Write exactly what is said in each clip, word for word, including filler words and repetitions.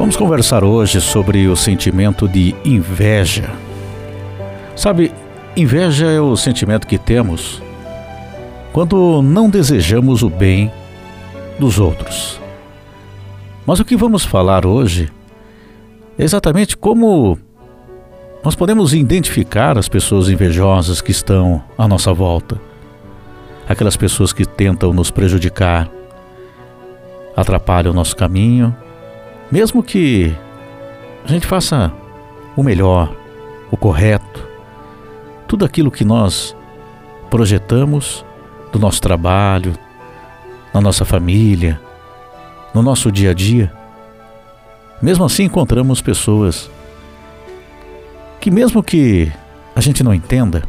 Vamos conversar hoje sobre o sentimento de inveja. Sabe, inveja é o sentimento que temos quando não desejamos o bem dos outros. Mas o que vamos falar hoje é exatamente como nós podemos identificar as pessoas invejosas que estão à nossa volta. Aquelas pessoas que tentam nos prejudicar, atrapalham o nosso caminho, mesmo que a gente faça o melhor, o correto, tudo aquilo que nós projetamos do nosso trabalho, na nossa família, no nosso dia a dia. Mesmo assim encontramos pessoas que, mesmo que a gente não entenda,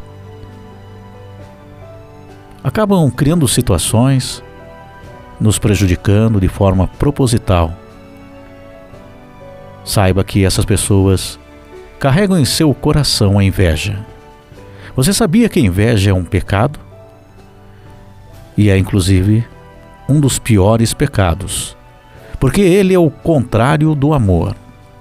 acabam criando situações, nos prejudicando de forma proposital. Saiba que essas pessoas carregam em seu coração a inveja. Você sabia que a inveja é um pecado? E é inclusive um dos piores pecados, porque ele é o contrário do amor.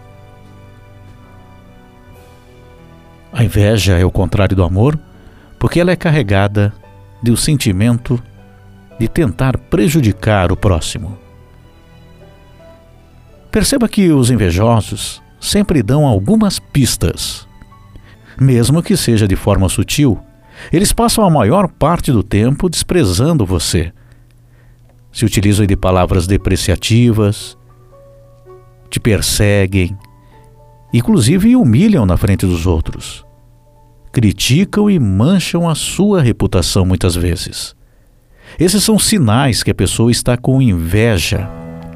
A inveja é o contrário do amor, porque ela é carregada do sentimento de tentar prejudicar o próximo. Perceba que os invejosos sempre dão algumas pistas. Mesmo que seja de forma sutil, eles passam a maior parte do tempo desprezando você. Se utilizam de palavras depreciativas, te perseguem, inclusive humilham na frente dos outros. Criticam e mancham a sua reputação muitas vezes. Esses são sinais que a pessoa está com inveja.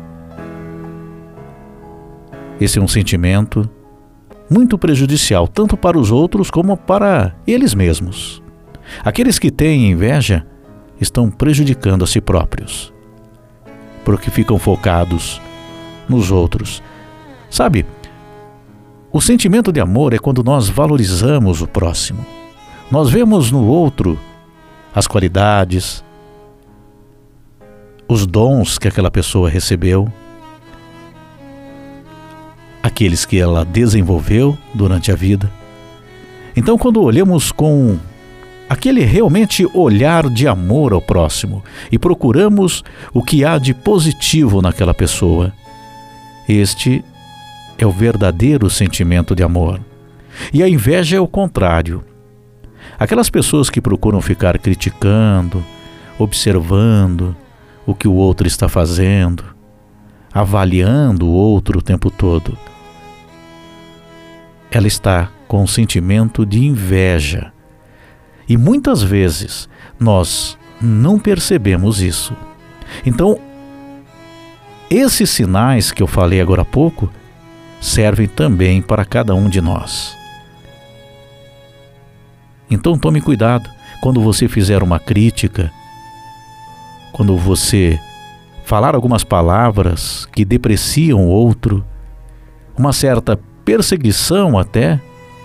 Esse é um sentimento muito prejudicial, tanto para os outros como para eles mesmos. Aqueles que têm inveja estão prejudicando a si próprios, porque ficam focados nos outros. Sabe, o sentimento de amor é quando nós valorizamos o próximo. Nós vemos no outro as qualidades, os dons que aquela pessoa recebeu, aqueles que ela desenvolveu durante a vida. Então, quando olhamos com aquele realmente olhar de amor ao próximo e procuramos o que há de positivo naquela pessoa, este é o verdadeiro sentimento de amor. E a inveja é o contrário. Aquelas pessoas que procuram ficar criticando, observando o que o outro está fazendo, avaliando o outro o tempo todo, ela está com um sentimento de inveja. E muitas vezes nós não percebemos isso. Então, esses sinais que eu falei agora há pouco servem também para cada um de nós. Então tome cuidado quando você fizer uma crítica, quando você falar algumas palavras que depreciam o outro, uma certa perseguição até.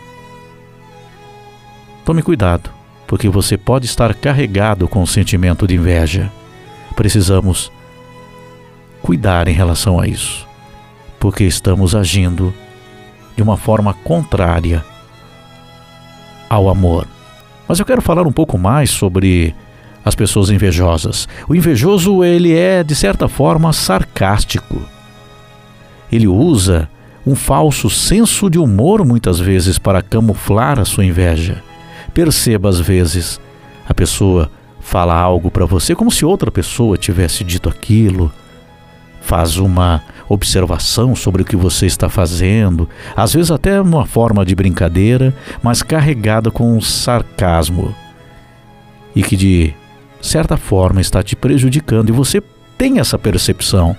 Tome cuidado, porque você pode estar carregado com o sentimento de inveja. Precisamos cuidar em relação a isso, porque estamos agindo de uma forma contrária ao amor. Mas eu quero falar um pouco mais sobre as pessoas invejosas. O invejoso, ele é, de certa forma, sarcástico. Ele usa um falso senso de humor, muitas vezes, para camuflar a sua inveja. Perceba, às vezes, a pessoa fala algo para você como se outra pessoa tivesse dito aquilo, faz uma observação sobre o que você está fazendo, às vezes até uma forma de brincadeira, mas carregada com um sarcasmo, e que de certa forma está te prejudicando, e você tem essa percepção.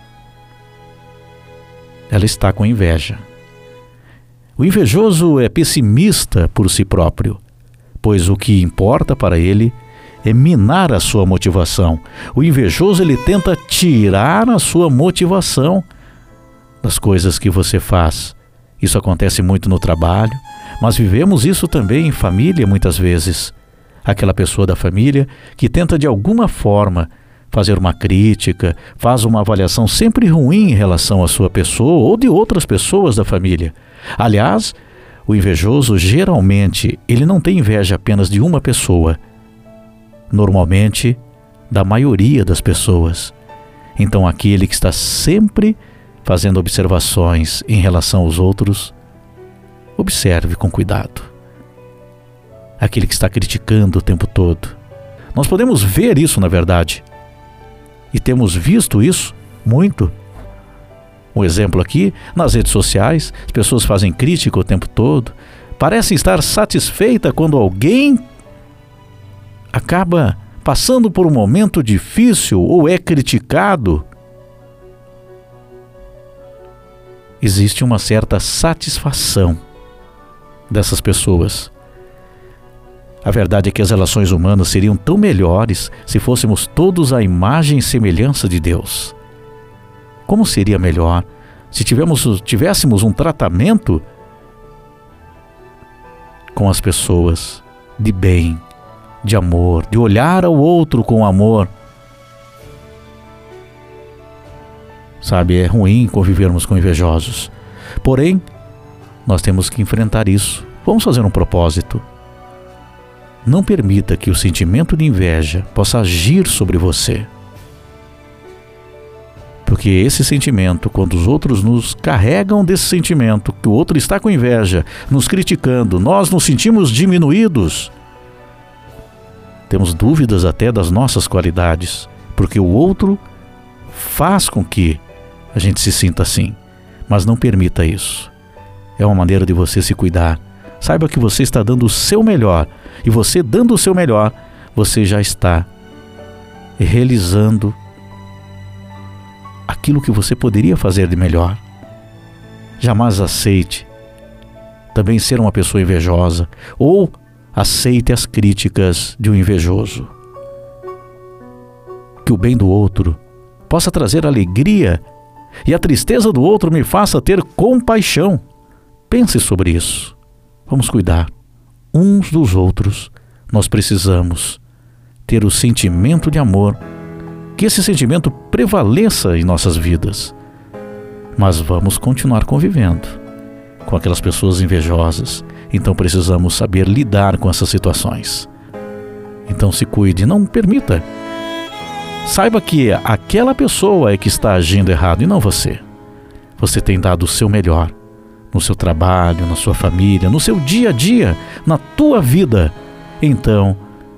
Ela está com inveja. O invejoso é pessimista por si próprio, pois o que importa para ele é minar a sua motivação. O invejoso, ele tenta tirar a sua motivação das coisas que você faz. Isso acontece muito no trabalho, mas vivemos isso também em família muitas vezes. Aquela pessoa da família que tenta de alguma forma fazer uma crítica, faz uma avaliação sempre ruim em relação à sua pessoa ou de outras pessoas da família. Aliás, o invejoso geralmente ele não tem inveja apenas de uma pessoa, normalmente da maioria das pessoas. Então aquele que está sempre fazendo observações em relação aos outros, observe com cuidado. Aquele que está criticando o tempo todo. Nós podemos ver isso, na verdade. E temos visto isso muito. Um exemplo aqui, nas redes sociais, as pessoas fazem crítica o tempo todo. Parecem estar satisfeitas quando alguém acaba passando por um momento difícil ou é criticado. Existe uma certa satisfação dessas pessoas. A verdade é que as relações humanas seriam tão melhores se fôssemos todos a imagem e semelhança de Deus. Como seria melhor se tivéssemos, tivéssemos um tratamento com as pessoas de bem, de amor, de olhar ao outro com amor. Sabe, é ruim convivermos com invejosos. Porém, nós temos que enfrentar isso. Vamos fazer um propósito. Não permita que o sentimento de inveja possa agir sobre você. Porque esse sentimento, quando os outros nos carregam desse sentimento, que o outro está com inveja, nos criticando, nós nos sentimos diminuídos. Temos dúvidas até das nossas qualidades, porque o outro faz com que a gente se sinta assim. Mas não permita isso. É uma maneira de você se cuidar. Saiba que você está dando o seu melhor. E você dando o seu melhor, você já está realizando aquilo que você poderia fazer de melhor. Jamais aceite também ser uma pessoa invejosa ou aceite as críticas de um invejoso. Que o bem do outro possa trazer alegria e a tristeza do outro me faça ter compaixão. Pense sobre isso. Vamos cuidar uns dos outros. Nós precisamos ter o sentimento de amor, que esse sentimento prevaleça em nossas vidas. Mas vamos continuar convivendo com aquelas pessoas invejosas. Então precisamos saber lidar com essas situações. Então se cuide, não permita. Saiba que aquela pessoa é que está agindo errado e não você. Você tem dado o seu melhor no seu trabalho, na sua família, no seu dia a dia, na tua vida. Então,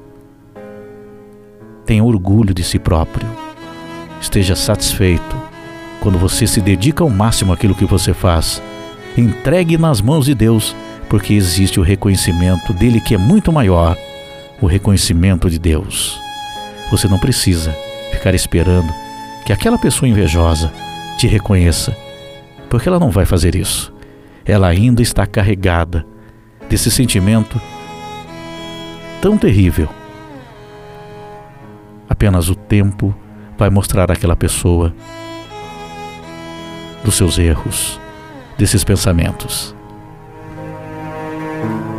tenha orgulho de si próprio. Esteja satisfeito quando você se dedica ao máximo àquilo que você faz. Entregue nas mãos de Deus, porque existe o reconhecimento dele que é muito maior, o reconhecimento de Deus. Você não precisa ficar esperando que aquela pessoa invejosa te reconheça, porque ela não vai fazer isso. Ela ainda está carregada desse sentimento tão terrível. Apenas o tempo vai mostrar àquela pessoa dos seus erros, desses pensamentos.